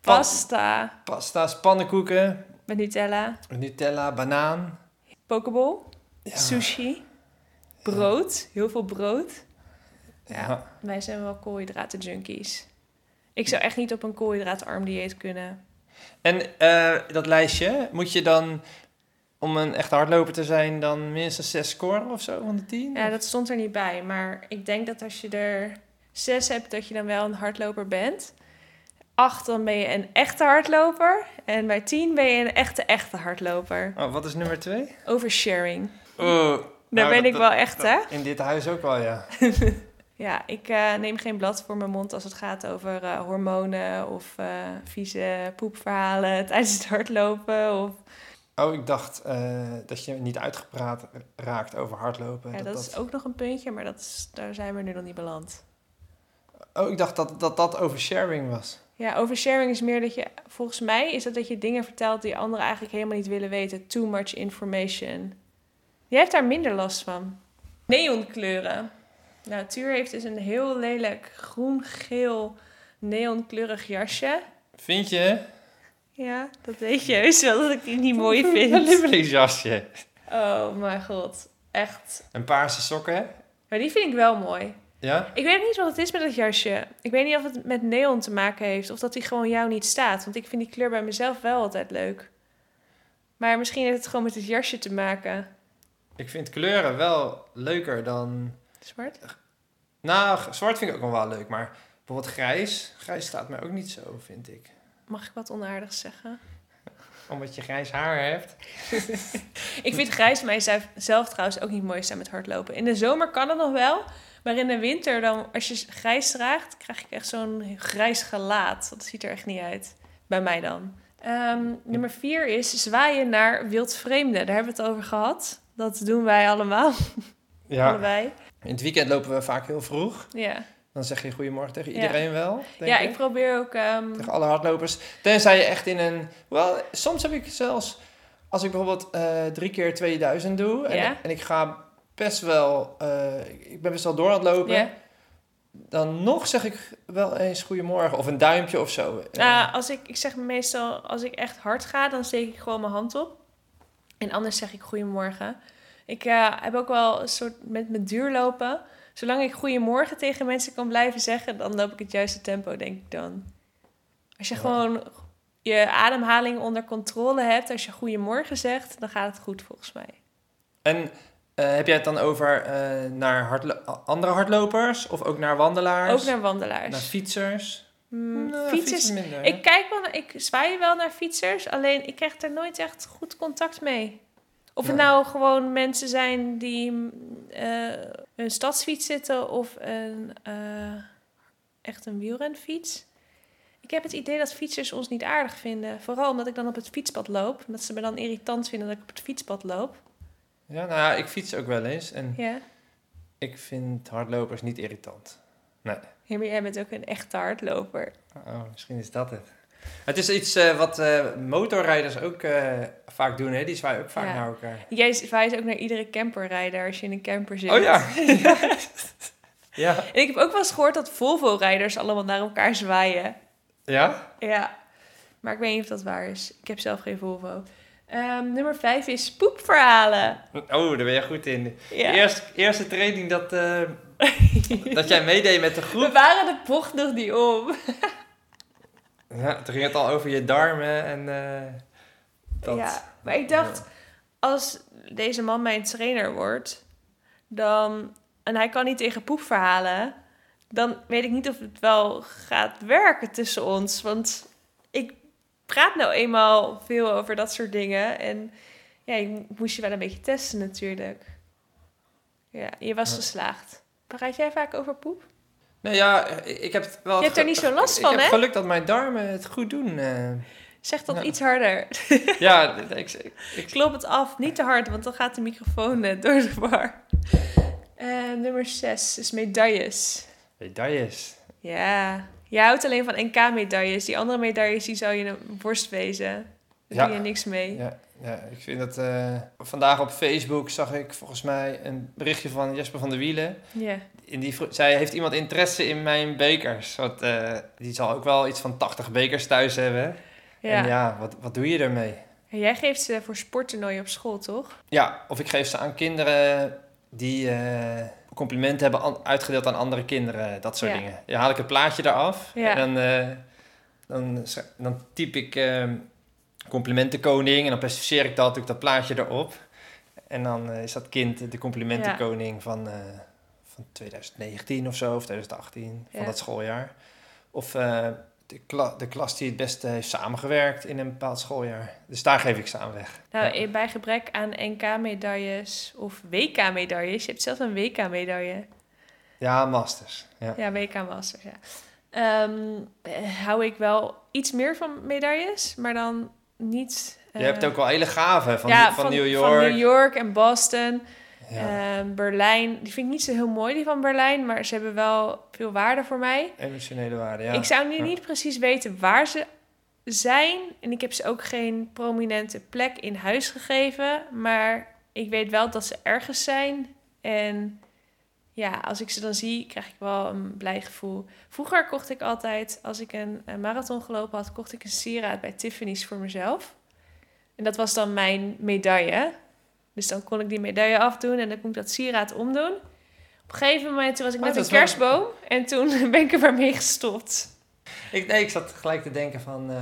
Pasta. Pasta's, pannenkoeken, Met Nutella. Nutella, banaan. Pokeball. Ja. Sushi. Brood. Heel veel brood. Ja, Ja. wij zijn wel koolhydraten junkies. Ik zou echt niet op een koolhydraatarm dieet kunnen. En eh, dat lijstje, moet je dan, om een echte hardloper te zijn, dan minstens zes scoren of zo van de tien? Ja, dat stond er niet bij. Maar ik denk dat als je er zes hebt, dat je dan wel een hardloper bent. Acht, dan ben je een echte hardloper. En bij tien ben je een echte, echte hardloper. Oh, wat is nummer twee? Oversharing. Oh, Daar nou, ben dat- ik wel echt, hè? In dit huis ook wel, ja. Ja, ik uh, neem geen blad voor mijn mond als het gaat over uh, hormonen of uh, vieze poepverhalen tijdens het hardlopen. Of... Oh, ik dacht uh, dat je niet uitgepraat raakt over hardlopen. Ja, dat, dat, dat is ook nog een puntje, maar dat is, daar zijn we nu nog niet beland. Oh, ik dacht dat dat, dat oversharing was. Ja, oversharing is meer dat je, volgens mij is dat dat je dingen vertelt die anderen eigenlijk helemaal niet willen weten. Too much information. Jij hebt daar minder last van. Neonkleuren. Nou, Tuur heeft dus een heel lelijk groen-geel neonkleurig jasje. Vind je? Ja, dat weet je heus wel dat ik die niet mooi vind. Een lievelingsjasje. Oh mijn god, echt. En paarse sokken. Maar die vind ik wel mooi. Ja? Ik weet niet wat het is met dat jasje. Ik weet niet of het met neon te maken heeft of dat die gewoon jou niet staat. Want ik vind die kleur bij mezelf wel altijd leuk. Maar misschien heeft het gewoon met het jasje te maken. Ik vind kleuren wel leuker dan... Zwart? Nou, zwart vind ik ook nog wel leuk, maar bijvoorbeeld grijs. Grijs staat mij ook niet zo, vind ik. Mag ik wat onaardigs zeggen? Omdat je grijs haar hebt. Ik vind grijs mijzelf trouwens ook niet mooi staan met hardlopen. In de zomer kan het nog wel. Maar in de winter, dan, als je grijs draagt, krijg ik echt zo'n grijs gelaat. Dat ziet er echt niet uit. Bij mij dan. Um, nummer vier is zwaaien naar wildvreemden. Daar hebben we het over gehad. Dat doen wij allemaal. Ja. Allebei. In het weekend lopen we vaak heel vroeg. Ja. Dan zeg je goedemorgen tegen iedereen ja. wel, denk Ja, ik. ik probeer ook... Um... Tegen alle hardlopers. Tenzij je echt in een... Wel, soms heb ik zelfs... Als ik bijvoorbeeld uh, drie keer tweeduizend doe... En, ja. ik, en ik ga best wel... Uh, ik ben best wel door aan het lopen... Ja. Dan nog zeg ik wel eens goedemorgen. Of een duimpje of zo. Uh, als ik, ik zeg meestal... Als ik echt hard ga, dan steek ik gewoon mijn hand op. En anders zeg ik goedemorgen. Ik uh, heb ook wel een soort... Met mijn duurlopen... Zolang ik goedemorgen tegen mensen kan blijven zeggen... dan loop ik het juiste tempo, denk ik dan. Als je ja. gewoon je ademhaling onder controle hebt... als je goedemorgen zegt, dan gaat het goed volgens mij. En uh, heb jij het dan over uh, naar hardlo- andere hardlopers... of ook naar wandelaars? Ook naar wandelaars. Naar fietsers? Mm, nou, fietsers, fietsers minder, ik kijk wel naar, ik zwaai wel naar fietsers... alleen ik krijg er nooit echt goed contact mee... Of het nou gewoon mensen zijn die uh, een stadsfiets zitten of een, uh, echt een wielrenfiets. Ik heb het idee dat fietsers ons niet aardig vinden. Vooral omdat ik dan op het fietspad loop. Dat ze me dan irritant vinden dat ik op het fietspad loop. Ja, nou ja, ik fiets ook wel eens. En ja. ik vind hardlopers niet irritant. Nee. Ja, maar jij bent ook een echte hardloper. Oh, misschien is dat het. Het is iets uh, wat uh, motorrijders ook uh, vaak doen, hè? Die zwaaien ook vaak ja. naar elkaar. Jij zwaait ook naar iedere camperrijder als je in een camper zit. Oh ja. ja. ja. En ik heb ook wel eens gehoord dat Volvo-rijders allemaal naar elkaar zwaaien. Ja? Ja. Maar ik weet niet of dat waar is. Ik heb zelf geen Volvo. Um, nummer vijf is poepverhalen. Oh, daar ben je goed in. Ja. De eerste, eerste training dat, uh, dat jij meedeed met de groep. We waren de bocht nog niet om. Ja, toen ging het al over je darmen en uh, dat. Ja, maar ik dacht, ja. als deze man mijn trainer wordt, dan, en hij kan niet tegen poep verhalen, dan weet ik niet of het wel gaat werken tussen ons. Want ik praat nou eenmaal veel over dat soort dingen en ja, ik moest je wel een beetje testen natuurlijk. Ja, je was ja. geslaagd. Praat jij vaak over poep? Nou ja, ik heb het wel... Je hebt er niet zo last van, hè? Ik heb geluk dat mijn darmen het goed doen. Uh, zeg dat ja. iets harder. Ja, ik, ik, ik... Klop het af. Niet te hard, want dan gaat de microfoon uh, door de war. Uh, nummer zes is medailles. Medailles? Ja. Je houdt alleen van N K-medailles. Die andere medailles, die zou je een worst wezen. Daar ja. doe je niks mee. Ja. Ja, ik vind dat... Uh, vandaag op Facebook zag ik volgens mij een berichtje van Jesper van der Wielen. Ja. In die, zij heeft iemand interesse in mijn bekers. Want, uh, die zal ook wel iets van tachtig bekers thuis hebben. Ja. En ja, wat, wat doe je ermee? En jij geeft ze voor sporttoernooien op school, toch? Ja, of ik geef ze aan kinderen die uh, complimenten hebben an- uitgedeeld aan andere kinderen. Dat soort ja. dingen. Dan haal ik het plaatje eraf. Ja. En dan, uh, dan, dan typ ik uh, complimentenkoning. En dan specificeer ik dat, doe ik dat plaatje erop. En dan uh, is dat kind de complimentenkoning ja. van, uh, van twintig negentien of zo. Of twintig achttien, ja. van dat schooljaar. Of... Uh, De, kla- de klas die het beste heeft samengewerkt in een bepaald schooljaar. Dus daar geef ik ze aan weg. Nou, ja. bij gebrek aan N K-medailles of W K-medailles. Je hebt zelfs een W K-medaille. Ja, masters. Ja, ja W K-masters, ja. Um, hou ik wel iets meer van medailles, maar dan niet... Uh, je hebt ook wel hele gave van, ja, van, van New York. Van New York en Boston. Ja. Uh, Berlijn, die vind ik niet zo heel mooi, die van Berlijn, maar ze hebben wel veel waarde voor mij. Emotionele waarde, ja. Ik zou nu ja. niet precies weten waar ze zijn en ik heb ze ook geen prominente plek in huis gegeven, maar ik weet wel dat ze ergens zijn en ja, als ik ze dan zie, krijg ik wel een blij gevoel. Vroeger kocht ik altijd, als ik een, een marathon gelopen had, kocht ik een sieraad bij Tiffany's voor mezelf. En dat was dan mijn medaille. Dus dan kon ik die medaille afdoen en dan kon ik dat sieraad omdoen. Op een gegeven moment was ik met oh, een kerstboom wel... en toen ben ik er maar mee gestopt. Ik, nee, ik zat gelijk te denken van uh,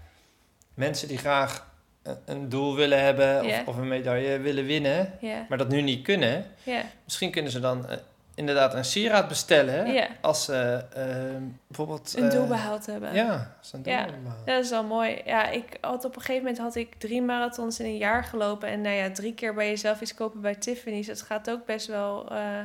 mensen die graag een, een doel willen hebben yeah. of, of een medaille willen winnen, yeah. maar dat nu niet kunnen. Yeah. Misschien kunnen ze dan uh, inderdaad een sieraad bestellen yeah. als ze uh, bijvoorbeeld... Een uh, doel behaald hebben. Ja, als een doel ja, hebben behaald. Dat is wel mooi. Ja, ik had op een gegeven moment had ik drie marathons in een jaar gelopen. En nou ja, drie keer bij jezelf iets kopen bij Tiffany's. Dat gaat ook best wel... Uh,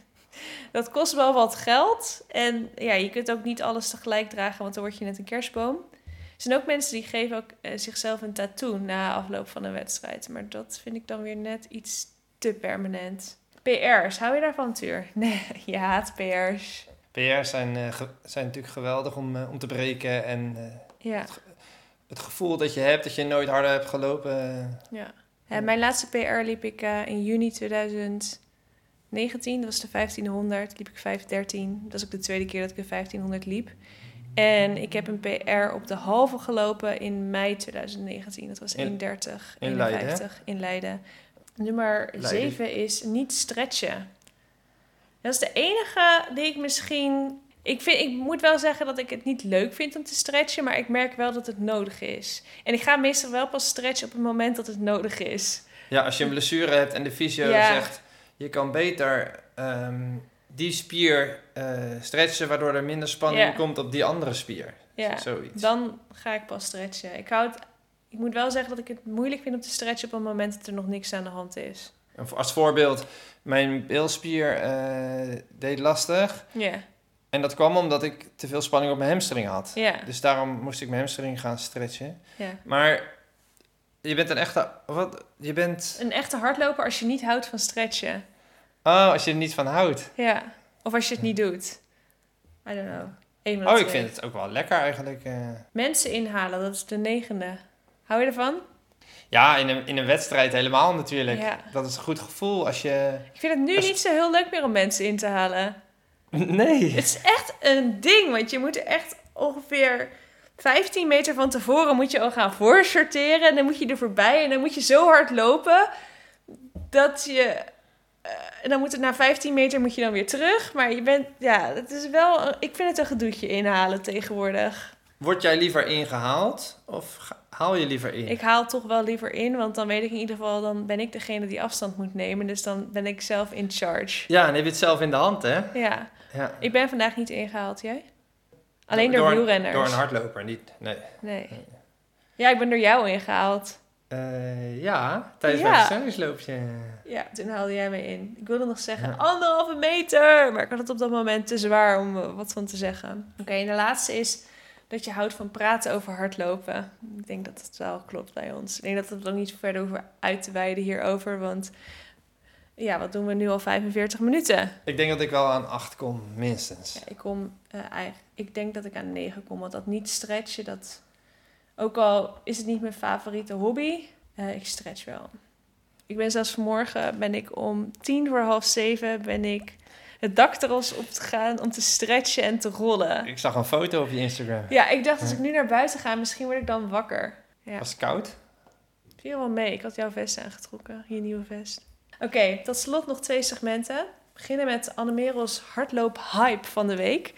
dat kost wel wat geld. En ja, je kunt ook niet alles tegelijk dragen, want dan word je net een kerstboom. Er zijn ook mensen die geven ook uh, zichzelf een tattoo na afloop van een wedstrijd. Maar dat vind ik dan weer net iets te permanent. P R's, hou je daarvan, Tuur? Nee, je haat P R's. P R's zijn, uh, ge- zijn natuurlijk geweldig om, uh, om te breken. En uh, ja. het, ge- het gevoel dat je hebt, dat je nooit harder hebt gelopen. Uh, ja. Ja, mijn laatste P R liep ik uh, in juni twintig negentien. Dat was de vijftienhonderd. Liep ik vijf dertien. Dat is ook de tweede keer dat ik de vijftienhonderd liep. En ik heb een P R op de halve gelopen in mei twintig negentien. Dat was één dertig in eenenvijftig Leiden, in Leiden. Nummer zeven is niet stretchen. Dat is de enige die ik misschien... Ik, vind, ik moet wel zeggen dat ik het niet leuk vind om te stretchen, maar ik merk wel dat het nodig is. En ik ga meestal wel pas stretchen op het moment dat het nodig is. Ja, als je een blessure hebt en de fysio ja. zegt... je kan beter um, die spier uh, stretchen, waardoor er minder spanning ja. komt op die andere spier. Ja, zoiets. Dan ga ik pas stretchen. Ik, hou het, ik moet wel zeggen dat ik het moeilijk vind om te stretchen op het moment dat er nog niks aan de hand is. Als voorbeeld, mijn bilspier uh, deed lastig. Ja. En dat kwam omdat ik te veel spanning op mijn hamstring had. Ja. Dus daarom moest ik mijn hamstring gaan stretchen. Ja. Maar je bent een echte... Wat? Je bent... Een echte hardloper als je niet houdt van stretchen. Oh, als je er niet van houdt. Ja. Of als je het niet doet. I don't know. Eén oh, ik vind het ook wel lekker eigenlijk. Uh... Mensen inhalen, dat is de negende. Hou je ervan? Ja, in een, in een wedstrijd helemaal natuurlijk. Ja. Dat is een goed gevoel als je... Ik vind het nu als... niet zo heel leuk meer om mensen in te halen. Nee. Het is echt een ding, want je moet er echt ongeveer vijftien meter van tevoren moet je al gaan voorsorteren. En dan moet je er voorbij en dan moet je zo hard lopen dat je... Uh, en dan moet het na vijftien meter moet je dan weer terug. Maar je bent, ja, het is wel... Ik vind het een gedoetje inhalen tegenwoordig. Word jij liever ingehaald of haal je liever in? Ik haal toch wel liever in, want dan weet ik in ieder geval... dan ben ik degene die afstand moet nemen. Dus dan ben ik zelf in charge. Ja, dan heb je het zelf in de hand, hè? Ja. ja. Ik ben vandaag niet ingehaald, jij? Alleen door, door wielrenners. Door een hardloper, niet? Nee. Nee. Ja, ik ben door jou ingehaald. Uh, ja, tijdens ja. mijn versnellingsloopje. Ja, toen haalde jij me in. Ik wilde nog zeggen, ja. anderhalve meter. Maar ik had het op dat moment te zwaar om uh, wat van te zeggen. Oké, okay, en de laatste is dat je houdt van praten over hardlopen. Ik denk dat het wel klopt bij ons. Ik denk dat we het ook niet verder over uit te wijden hierover. Want ja, wat doen we nu al vijfenveertig minuten? Ik denk dat ik wel aan acht kom, minstens. Ja, ik kom uh, eigenlijk... Ik denk dat ik aan negen kom. Want dat niet stretchen, dat... Ook al is het niet mijn favoriete hobby... Uh, ik stretch wel. Ik ben zelfs vanmorgen, ben ik om tien voor half zeven, ben ik het dakterras op te gaan om te stretchen en te rollen. Ik zag een foto op je Instagram. Ja, ik dacht als ik nu naar buiten ga, misschien word ik dan wakker. Ja. Was het koud? Viel wel mee. Ik had jouw vest aangetrokken. Je nieuwe vest. Oké, okay, tot slot nog twee segmenten. We beginnen met Annemerels hardloop hype van de week.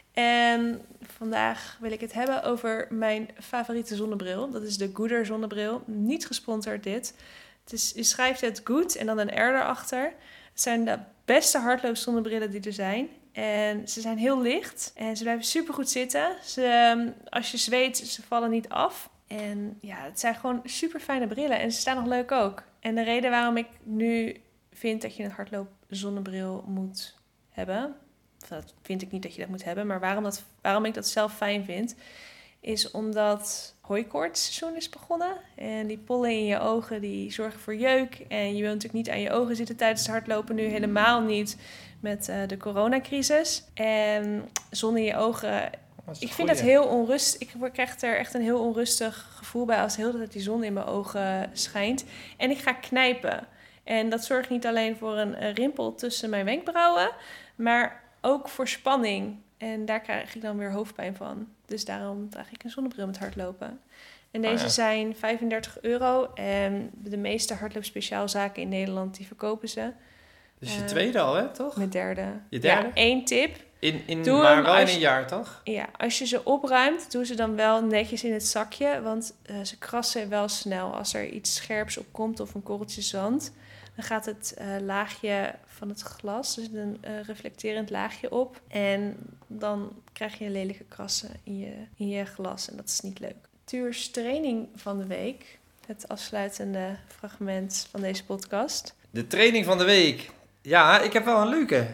En vandaag wil ik het hebben over mijn favoriete zonnebril. Dat is de Gooder zonnebril. Niet gesponsord dit. Het is, je schrijft het Good en dan een R erachter. Het zijn de beste hardloopzonnebrillen die er zijn. En ze zijn heel licht. En ze blijven supergoed zitten. Ze, als je zweet, ze vallen niet af. En ja, het zijn gewoon super fijne brillen. En ze staan nog leuk ook. En de reden waarom ik nu vind dat je een hardloopzonnebril moet hebben... Of dat vind ik niet dat je dat moet hebben. Maar waarom, dat, waarom ik dat zelf fijn vind... is omdat hooikoortsseizoen is begonnen. En die pollen in je ogen die zorgen voor jeuk. En je wilt natuurlijk niet aan je ogen zitten tijdens het hardlopen. Nu helemaal niet met uh, de coronacrisis. En zon in je ogen... Ik vind dat heel onrustig. Ik krijg er echt een heel onrustig gevoel bij... als de hele tijd die zon in mijn ogen schijnt. En ik ga knijpen. En dat zorgt niet alleen voor een, een rimpel tussen mijn wenkbrauwen... maar ook voor spanning. En daar krijg ik dan weer hoofdpijn van. Dus daarom draag ik een zonnebril met hardlopen. En deze oh ja. zijn vijfendertig euro. En de meeste hardloopspeciaalzaken in Nederland, die verkopen ze. Dus je uh, tweede al, hè, toch? Mijn derde. Je derde? Ja, één tip. In, in, maar wel in een jaar, toch? Ja, als je ze opruimt, doe ze dan wel netjes in het zakje. Want uh, ze krassen wel snel. Als er iets scherps op komt of een korreltje zand... dan gaat het uh, laagje van het glas, dus een uh, reflecterend laagje op. En dan krijg je lelijke krassen in je, in je glas. En dat is niet leuk. Tuurs training van de week. Het afsluitende fragment van deze podcast. De training van de week. Ja, ik heb wel een leuke.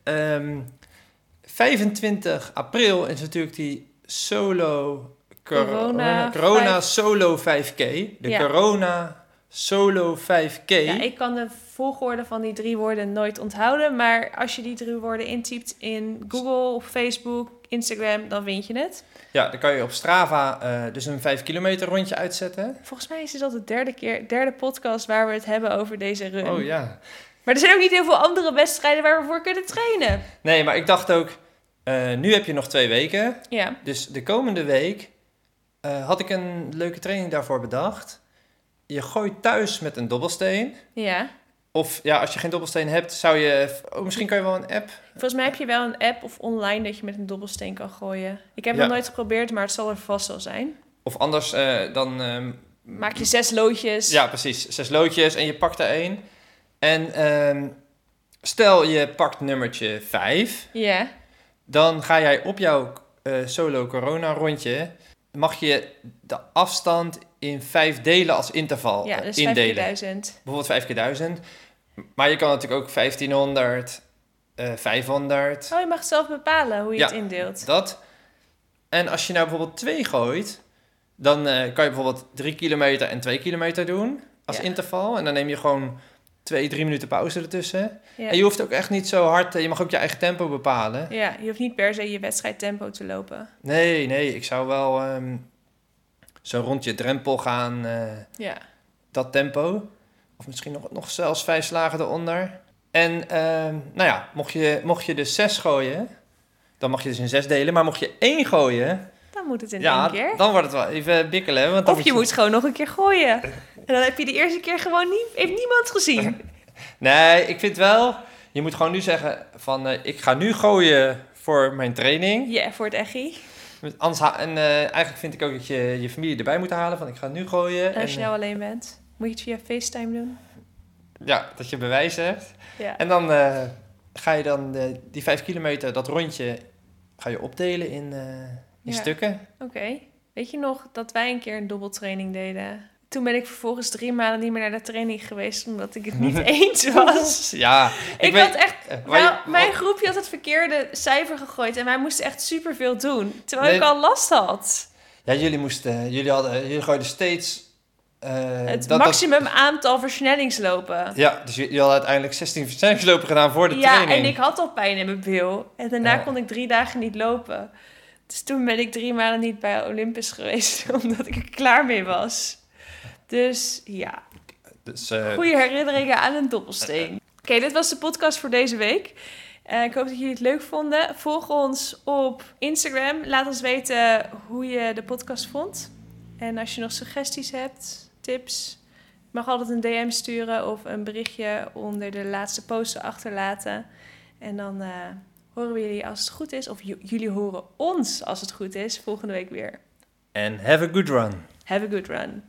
Um, vijfentwintig april is natuurlijk die solo... Corona, corona vijf... Solo vijf K. De ja. Corona... Solo vijf K. Ja, ik kan de volgorde van die drie woorden nooit onthouden. Maar als je die drie woorden intypt in Google, of Facebook, Instagram, dan vind je het. Ja, dan kan je op Strava uh, dus een vijf kilometer rondje uitzetten. Volgens mij is dit al de derde keer, derde podcast waar we het hebben over deze run. Oh ja. Maar er zijn ook niet heel veel andere wedstrijden waar we voor kunnen trainen. Nee, maar ik dacht ook, uh, nu heb je nog twee weken. Ja. Dus de komende week uh, had ik een leuke training daarvoor bedacht. Je gooit thuis met een dobbelsteen. Ja. Of ja, als je geen dobbelsteen hebt, zou je... Oh, misschien kan je wel een app... Volgens mij heb je wel een app of online dat je met een dobbelsteen kan gooien. Ik heb ja. het nog nooit geprobeerd, maar het zal er vast wel zijn. Of anders uh, dan... Um, Maak je zes loodjes. Ja, precies. Zes loodjes en je pakt er één. En um, stel je pakt nummertje vijf. Ja. Dan ga jij op jouw uh, solo corona rondje... mag je de afstand in vijf delen als interval ja, dus indelen. vijf keer duizend. Bijvoorbeeld vijf keer duizend. Maar je kan natuurlijk ook vijftienhonderd, uh, vijfhonderd. Oh, je mag zelf bepalen hoe je ja, het indeelt. Dat. En als je nou bijvoorbeeld twee gooit... dan uh, kan je bijvoorbeeld drie kilometer en twee kilometer doen als ja. interval. En dan neem je gewoon twee, drie minuten pauze ertussen. Ja. En je hoeft ook echt niet zo hard... Je mag ook je eigen tempo bepalen. Ja, je hoeft niet per se je wedstrijdtempo te lopen. Nee, nee. Ik zou wel um, zo rond je drempel gaan. Uh, ja. Dat tempo. Of misschien nog, nog zelfs vijf slagen eronder. En uh, nou ja, mocht je, mocht je dus zes gooien... dan mag je dus in zes delen. Maar mocht je één gooien... dan moet het in ja, één keer. Dan wordt het wel even bikkelen. Want dan of je, je moet gewoon nog een keer gooien. En dan heb je de eerste keer gewoon niet... heeft niemand gezien. Nee, ik vind wel... Je moet gewoon nu zeggen van... Uh, ik ga nu gooien voor mijn training. Ja, yeah, voor het echi. Anders ha- en uh, eigenlijk vind ik ook dat je je familie erbij moet halen. Van ik ga nu gooien. En als en, je nou alleen bent, moet je het via FaceTime doen. Ja, dat je bewijs hebt. Ja. En dan uh, ga je dan de, die vijf kilometer, dat rondje... ga je opdelen in, uh, in ja. stukken. Oké. Okay. Weet je nog dat wij een keer een dobbeltraining deden... Toen ben ik vervolgens drie maanden niet meer naar de training geweest... omdat ik het niet eens was. Ja. Ik, ik weet, had echt... Uh, nou, je, mijn oh. groepje had het verkeerde cijfer gegooid... en wij moesten echt superveel doen. Terwijl nee, ik al last had. Ja, jullie moesten... Jullie, hadden, jullie gooiden steeds... Uh, het dat, maximum dat, aantal versnellingslopen. Ja, dus jullie hadden uiteindelijk zestien versnellingslopen gedaan voor de ja, training. Ja, en ik had al pijn in mijn bil. En daarna ja. kon ik drie dagen niet lopen. Dus toen ben ik drie maanden niet bij Olympus geweest... omdat ik er klaar mee was... Dus ja, Dus, uh, goede herinneringen aan een dobbelsteen. Oké, okay, dit was de podcast voor deze week. Uh, ik hoop dat jullie het leuk vonden. Volg ons op Instagram. Laat ons weten hoe je de podcast vond. En als je nog suggesties hebt, tips, je mag altijd een D M sturen of een berichtje onder de laatste post achterlaten. En dan uh, horen we jullie als het goed is, of j- jullie horen ons als het goed is, volgende week weer. And have a good run. Have a good run.